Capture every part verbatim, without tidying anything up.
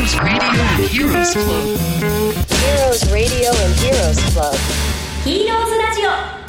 Heroes Radio and Heroes Club Heroes Radio and Heroes Club ヒーローズラジ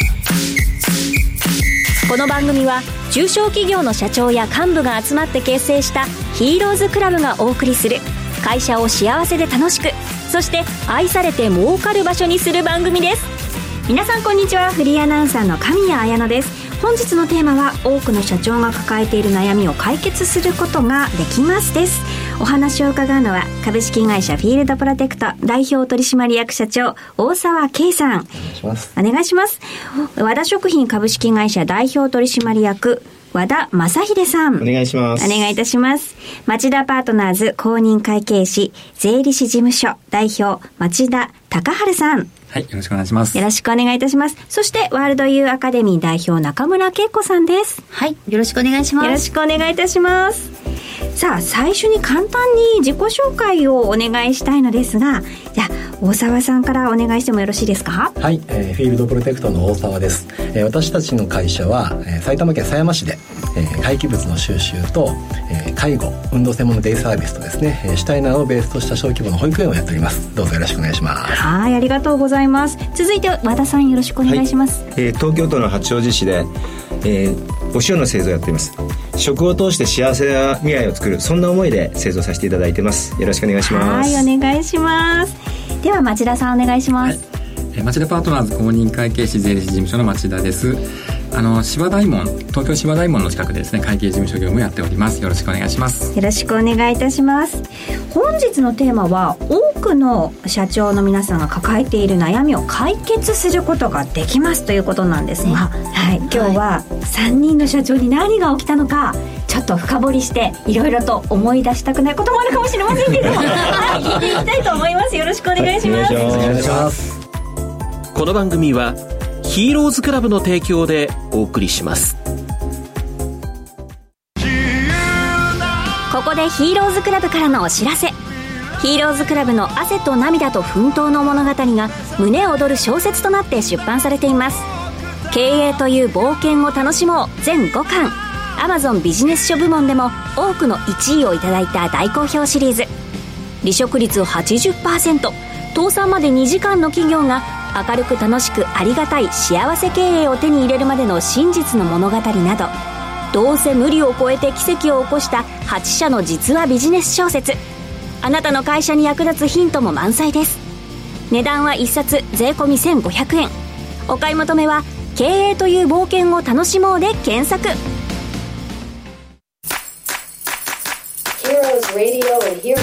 オ。この番組は中小企業の社長や幹部が集まって結成したヒーローズクラブがお送りする会社を幸せで楽しく、そして愛されて儲かる場所にする番組です。皆さんこんにちは。フリーアナウンサーの神谷彩乃です。本日のテーマは多くの社長が抱えている悩みを解決することができますです。お話を伺うのは株式会社フィールドプロテクト代表取締役社長大沢圭さん。お願いします。お願いします。和田食品株式会社代表取締役和田正秀さん。 お願いします。 お願いいたします。町田パートナーズ公認会計士税理士事務所代表町田隆春さん。 はい、よろしくお願いします。 よろしくお願いいたします。そしてワールドユーアカデミー代表中村恵子さんです。 はい、よろしくお願いします。 よろしくお願いいたします。さあ、最初に簡単に自己紹介をお願いしたいのですが、じゃあ大沢さんからお願いしてもよろしいですか？ はい、えー、フィールドプロテクトの大沢です。えー、私たちの会社は、えー、埼玉県狭山市で、えー、廃棄物の収集と、えー、介護運動専門のデイサービスとですね、えー、シュタイナーをベースとした小規模の保育園をやっております。どうぞよろしくお願いします。 はい、ありがとうございます。続いて和田さんよろしくお願いします。 はい、えー、東京都の八王子市で、えーお塩の製造をやっています。食を通して幸せな未来を作る、そんな思いで製造させていただいてます。よろしくお願いします。 はい、お願いします。では町田さんお願いします。 はい、町田パートナーズ公認会計士税理士事務所の町田です。あの芝大門、東京芝大門の近くでですね、会計事務所業務をやっております。よろしくお願いします。 よろしくお願いいたします。本日のテーマは多くの社長の皆さんが抱えている悩みを解決することができますということなんですが、はい、今日はさんにんの社長に何が起きたのかちょっと深掘りしていろいろと思い出したくないこともあるかもしれませんけどはい、聞いていきたいと思います。よろしくお願いします。 はい、お願いします。 この番組はヒーローズクラブの提供でお送りします。 ここでヒーローズクラブからのお知らせ。ヒーローズクラブの汗と涙と奮闘の物語が胸躍る小説となって出版されています。経営という冒険を楽しもう全ごかん。 Amazon ビジネス書部門でも多くのいちいをいただいた大好評シリーズ。離職率 はちじゅっパーセント、 倒産までにじかんの企業が明るく楽しくありがたい幸せ経営を手に入れるまでの真実の物語など、どうせ無理を超えて奇跡を起こしたはち社の実話ビジネス小説。あなたの会社に役立つヒントも満載です。値段はいっさつ税込みせんごひゃくえん。お買い求めは経営という冒険を楽しもうで検索。 Heroes Radio and Heroes Club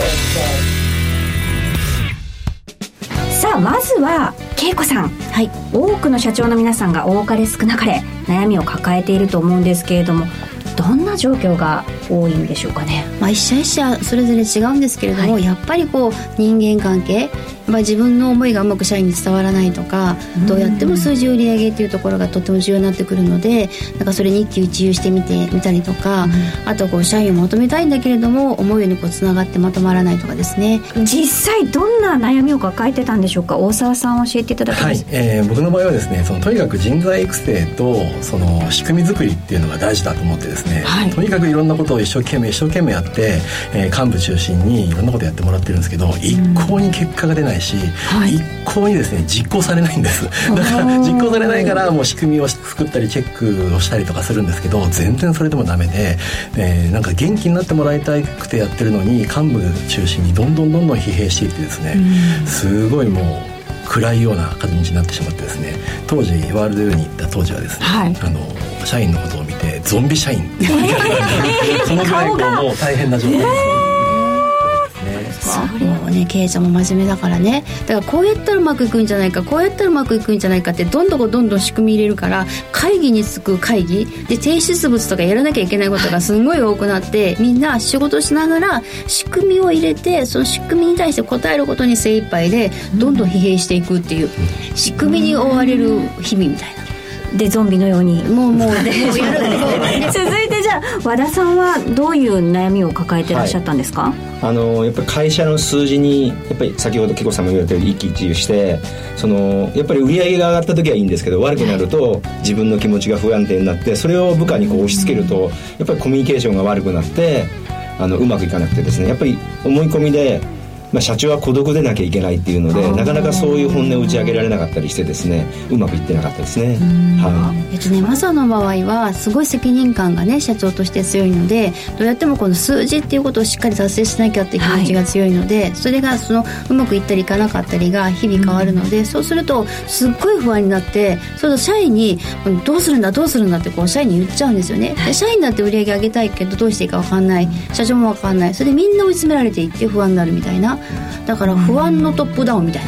さあ、まずは恵子さん、はい、多くの社長の皆さんが多かれ少なかれ悩みを抱えていると思うんですけれども、どんな状況が多いんでしょうかね。 まあ、一社一社それぞれ違うんですけれども、はい、やっぱりこう人間関係、まあ、自分の思いがうまく社員に伝わらないとか、どうやっても数字売り上げというところがとても重要になってくるので、なんかそれに一喜一憂してみてみたりとか、うん、あとこう社員をまとめたいんだけれども思うようにこうつながってまとまらないとかですね。 実際どんな悩みを抱えてたんでしょうか。大沢さん教えていただけますか。 はい、えー、僕の場合はですね、そのとにかく人材育成とその仕組み作りっていうのが大事だと思ってですね、はい、とにかくいろんなことを一生懸命一生懸命やって、えー、幹部中心にいろんなことやってもらってるんですけど、一向に結果が出ないし、はい、一向にですね実行されないんです。だから実行されないからもう仕組みを作ったりチェックをしたりとかするんですけど、全然それでもダメで、えー、なんか元気になってもらいたくてやってるのに幹部中心にどんどんどんどん疲弊していってですね、すごいもう暗いような感じになってしまってですね、当時ワールドユーに行った当時はですね、はい、あの社員のことを見てゾンビ社員って言われてそのぐらいこうもう大変な状態ですね。 そうもうね、経営者も真面目だからね、だからこうやったらうまくいくんじゃないか、こうやったらうまくいくんじゃないかってどんどんどんどん仕組み入れるから、会議につく会議で提出物とかやらなきゃいけないことがすごい多くなって、みんな仕事しながら仕組みを入れて、その仕組みに対して答えることに精一杯でどんどん疲弊していくっていう、仕組みに追われる日々みたいなでゾンビのようにもうもうで続いてじゃあ和田さんはどういう悩みを抱えてらっしゃったんですか。はい、 あのやっぱり会社の数字にやっぱり先ほど紀子さんも言われたように一喜一憂して、そのやっぱり売り上げが上がった時はいいんですけど、悪くなると自分の気持ちが不安定になって、それを部下にこう押し付けるとやっぱりコミュニケーションが悪くなって、あのうまくいかなくてですね、やっぱり思い込みでまあ、社長は孤独でなきゃいけないっていうのでなかなかそういう本音を打ち上げられなかったりしてですねうまくいってなかったですね。はい、 えっとねマサの場合はすごい責任感がね社長として強いのでどうやってもこの数字っていうことをしっかり達成しなきゃって気持ちが強いので、はい、それがそのうまくいったりいかなかったりが日々変わるので、うん、そうするとすっごい不安になってそれと社員にどうするんだどうするんだってこう社員に言っちゃうんですよね。で社員だって売り上げ上げたいけどどうしていいか分かんない社長も分かんないそれでみんな追い詰められていって不安になるみたいなだから不安のトップダウンみたいな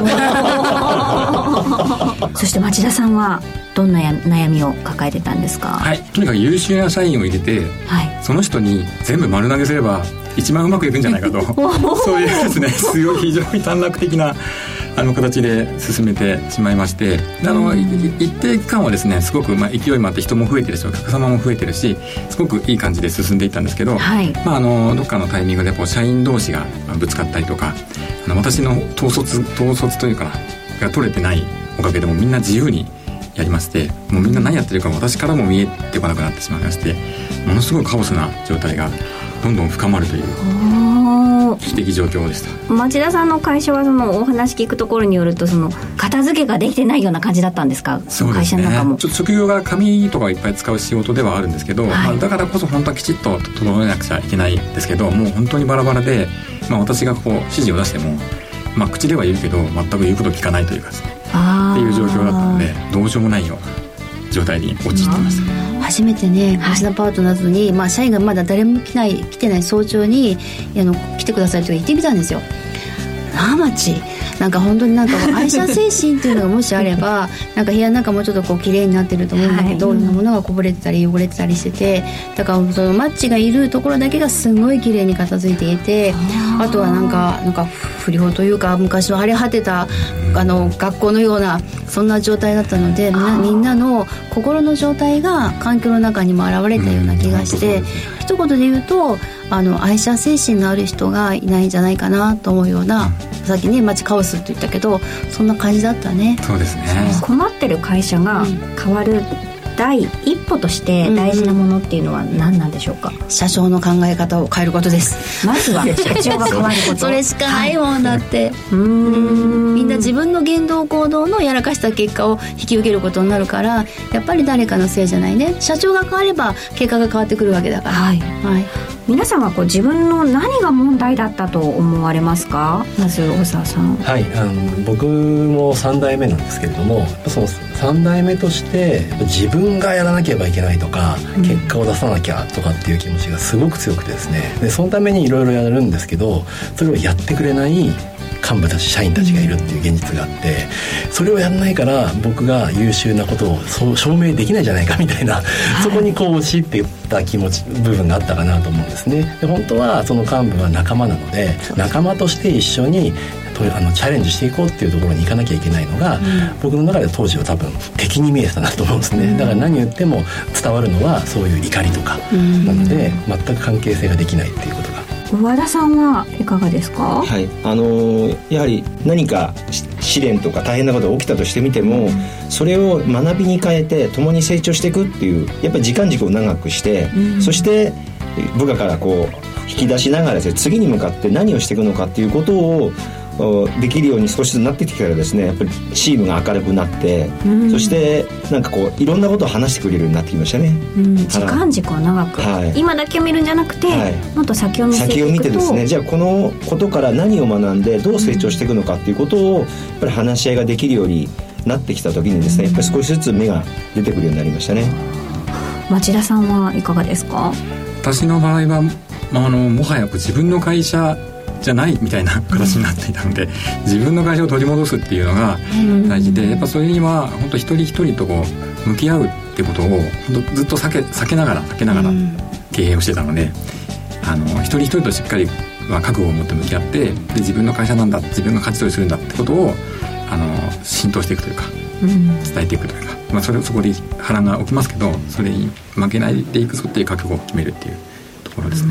そして町田さんはどんな悩みを抱えてたんですか？ はい、とにかく優秀な社員を入れて、はい、その人に全部丸投げすれば一番うまくいくんじゃないかとそういうですねすごい非常に短絡的なあの形で進めてしまいましてあの、うん、一定期間はですねすごく、まあ、勢いもあって人も増えてるしお客様も増えてるしすごくいい感じで進んでいったんですけど、はいまあ、あのどっかのタイミングでこう社員同士がぶつかったりとかあの私の統率統率というかが取れてないおかげでもみんな自由にやりましてもうみんな何やってるか私からも見えてこなくなってしまいましてものすごいカオスな状態がどんどん深まるという危機的状況でした。 町田さんの会社はそのお話聞くところによるとその片付けができてないような感じだったんですか？ そうですね、会社の中もちょっと職業が紙とかいっぱい使う仕事ではあるんですけど、はいまあ、だからこそ本当はきちっと整えなくちゃいけないですけどもう本当にバラバラで、まあ、私がこう指示を出しても、まあ、口では言うけど全く言うことを聞かないというかですねっていう状況だったのでどうしようもないような状態に陥ってました。 初めてね町田パートナーズに、まあ、社員がまだ誰も来ない来てない早朝にあの来てくださいと言ってみたんですよ。なあ町なんか本当になんか愛社精神っていうのがもしあればなんか部屋の中もうちょっとこう綺麗になってると思うんだけど、はい、いろんなものがこぼれてたり汚れてたりしててだからそのマッチがいるところだけがすごい綺麗に片付いていてあとはなんかなんか不良というか昔の荒れ果てたあの学校のようなそんな状態だったのでみんな、みんなの心の状態が環境の中にも現れたような気がして、うん、一言で言うとあの愛社精神のある人がいないんじゃないかなと思うような、うん、さっきね街カオスって言ったけどそんな感じだったね。 そうですね。 困ってる会社が変わる第一歩として大事なものっていうのは何なんでしょうか？ 社長の考え方を変えることです。 まずは社長が変わることそれしかないもんだって、はい、うーんみんな自分の言動行動のやらかした結果を引き受けることになるからやっぱり誰かのせいじゃないね。社長が変われば結果が変わってくるわけだから、はいはい、 皆さんはこう自分の何が問題だったと思われますか？まず大沢さん。 はい、あの僕もさん代目なんですけれどもそのさん代目として自分がやらなければいけないとか、うん、結果を出さなきゃとかっていう気持ちがすごく強くてですねでそのためにいろいろやるんですけどそれをやってくれない幹部たち社員たちがいるっていう現実があってそれをやらないから僕が優秀なことをそう証明できないじゃないかみたいな、はい、そこにこう陥っていった気持ち部分があったかなと思うんですね。で本当はその幹部は仲間なので仲間として一緒にあのチャレンジしていこうっていうところに行かなきゃいけないのが、うん、僕の中で当時は多分敵に見えてたなと思うんですね、うん、だから何言っても伝わるのはそういう怒りとか、うん、なので全く関係性ができないっていうことが。 和田さんはいかがですか？ はい、あのー、やはり何か試練とか大変なことが起きたとしてみても、うん、それを学びに変えて共に成長していくっていうやっぱり時間軸を長くして、うん、そして部下からこう引き出しながらですね次に向かって何をしていくのかっていうことをできるように少しずつなってきてからですねやっぱりチームが明るくなって、うん、そしてなんかこういろんなことを話してくれるようになってきましたね、 うん、時間軸を長く、はい、今だけを見るんじゃなくて、はい、もっと先を見ていくと先を見てですねじゃあこのことから何を学んでどう成長していくのかっていうことをやっぱり話し合いができるようになってきた時にですねやっぱり少しずつ芽が出てくるようになりましたね。 町田さんはいかがですか？ 私の場合は、まあ、あのもはや自分の会社じゃないみたいな形になっていたので、うん、自分の会社を取り戻すっていうのが大事で、うん、やっぱそれには本当一人一人とこう向き合うってことをずっと避け、避けながら避けながら経営をしてたので、うん、あの一人一人としっかりは覚悟を持って向き合ってで自分の会社なんだ自分が勝ち取りするんだってことをあの浸透していくというか、うん、伝えていくというか、まあ、それそこで波乱が起きますけどそれに負けないでいくぞっていう覚悟を決めるっていうところですね。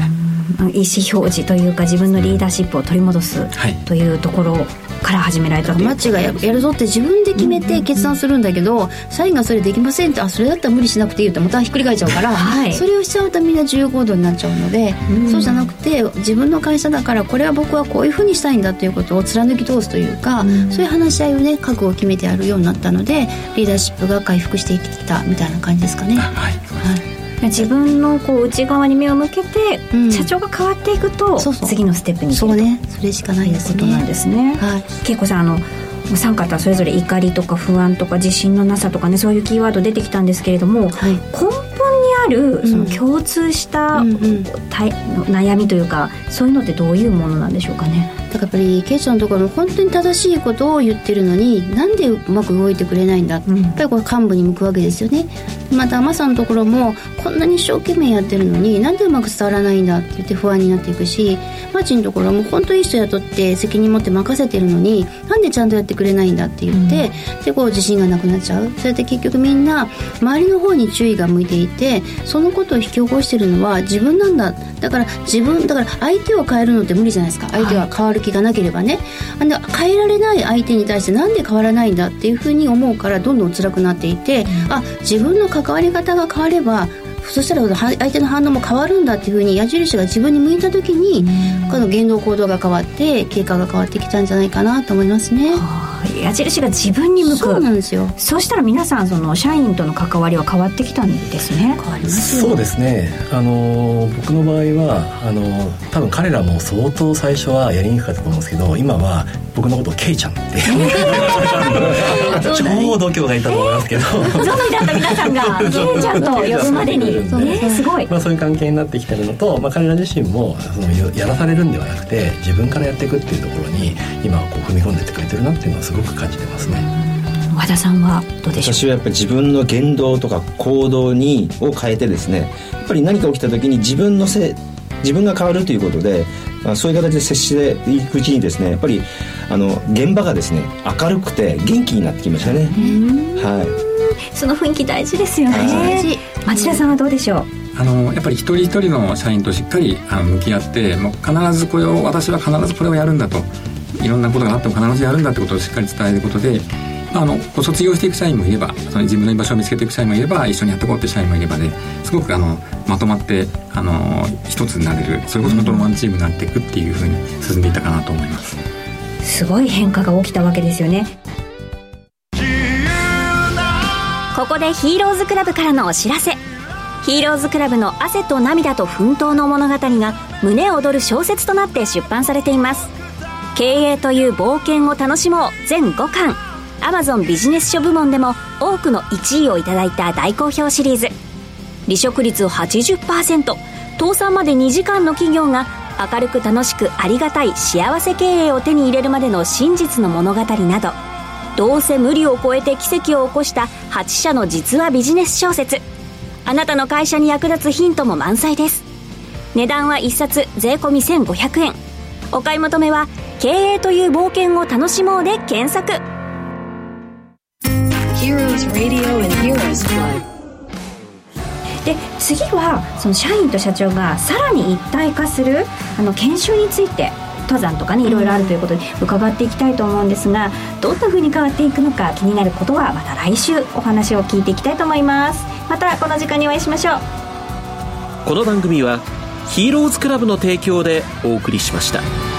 意思表示というか自分のリーダーシップを取り戻す、うんはい、というところから始められたという。 マッチがやるぞって自分で決めて決断するんだけど、うん、社員がそれできませんって、あそれだったら無理しなくていいよってまたひっくり返っちゃうから、はい、それをしちゃうとみんな自由行動になっちゃうので、うん、そうじゃなくて自分の会社だからこれは僕はこういうふうにしたいんだということを貫き通すというか、うん、そういう話し合いをね覚悟を決めてやるようになったのでリーダーシップが回復していったみたいな感じですかね。はい、はい自分のこう内側に目を向けて、うん、社長が変わっていくとそうそう次のステップに行けるとそうねそれしかないですね。 ということなんですね。はい、恵子さんあのお三方それぞれ怒りとか不安とか自信のなさとかねそういうキーワード出てきたんですけれども、はい、根本にあるその共通した、うんうん、悩みというかそういうのってどういうものなんでしょうかね。 だからやっぱりケイちゃんのところも本当に正しいことを言ってるのになんでうまく動いてくれないんだ、うん、やっぱりこれ幹部に向くわけですよね。またマさんのところもこんなに一生懸命やってるのになんでうまく伝わらないんだって言って不安になっていくし、マーチのところも本当にいい人雇って責任持って任せてるのになんでちゃんとやってくれないんだって言って、うん、でこう自信がなくなっちゃう。それで結局みんな周りの方に注意が向いていてそのことを引き起こしてるのは自分なんだ。だから自分だから相手を変えるのって無理じゃないですか。相手は変わる気がなければね、はい、変えられない相手に対してなんで変わらないんだっていうふうに思うからどんどん辛くなっていて、うん、あ自分の関わり方が変わればそしたら相手の反応も変わるんだっていうふうに矢印が自分に向いた時に、うん、この言動行動が変わって経過が変わってきたんじゃないかなと思いますね。 矢印が自分に向く。 そうなんですよ。 そうしたら皆さんその社員との関わりは変わってきたんですね。 変わりますよ。 そうですね。あの僕の場合はあの多分彼らも相当最初はやりにくかったと思うんですけど今は僕のことをケイちゃんって超度胸がいたと思いますけどゾンビだった皆さんがケイちゃんと呼ぶまでに、えー、すごい、 まあ、そういう関係になってきてるのと、まあ、彼ら自身もそのやらされるんではなくて自分からやっていくっていうところに今こう踏み込んでってくれてるなっていうのはすごく感じてますね。 和田さんはどうでしょう。 私はやっぱり自分の言動とか行動にを変えてですね、やっぱり何か起きた時に自分のせ自分が変わるということで、まあ、そういう形で接していくうちにですねやっぱりあの現場がですね明るくて元気になってきましたね。はい、 その雰囲気大事ですよね。町田さんはどうでしょう。 あのやっぱり一人一人の社員としっかりあの向き合ってもう必ずこれを私は必ずこれをやるんだといろんなことがあっても必ずやるんだってことをしっかり伝えることで、あの卒業していく社員もいればその自分の居場所を見つけていく社員もいれば一緒にやっていこうっていう社員もいればですごくあのまとまってあの一つになれるそれこそ本当のワンチームになっていくっていうふうに進んでいったかなと思います。 すごい変化が起きたわけですよね。ここでヒーローズクラブからのお知らせ。ヒーローズクラブの汗と涙と奮闘の物語が胸躍る小説となって出版されています。経営という冒険を楽しもう全ごかん。Amazon ビジネス書部門でも多くのいちいをいただいた大好評シリーズ。離職率 はちじゅっパーセント、 倒産までにじかんの企業が明るく楽しくありがたい幸せ経営を手に入れるまでの真実の物語など、どうせ無理を超えて奇跡を起こしたはち社の実話ビジネス小説。あなたの会社に役立つヒントも満載です。値段はいっさつ税込みせんごひゃくえん。お買い求めは経営という冒険を楽しもうで検索。 Heroes Radio and Heroes Club。 で次はその社員と社長がさらに一体化するあの研修について登山とかねいろいろあるということで伺っていきたいと思うんですが、どんな風に変わっていくのか気になることはまた来週お話を聞いていきたいと思います。またこの時間にお会いしましょう。 この番組はヒーローズクラブの提供でお送りしました。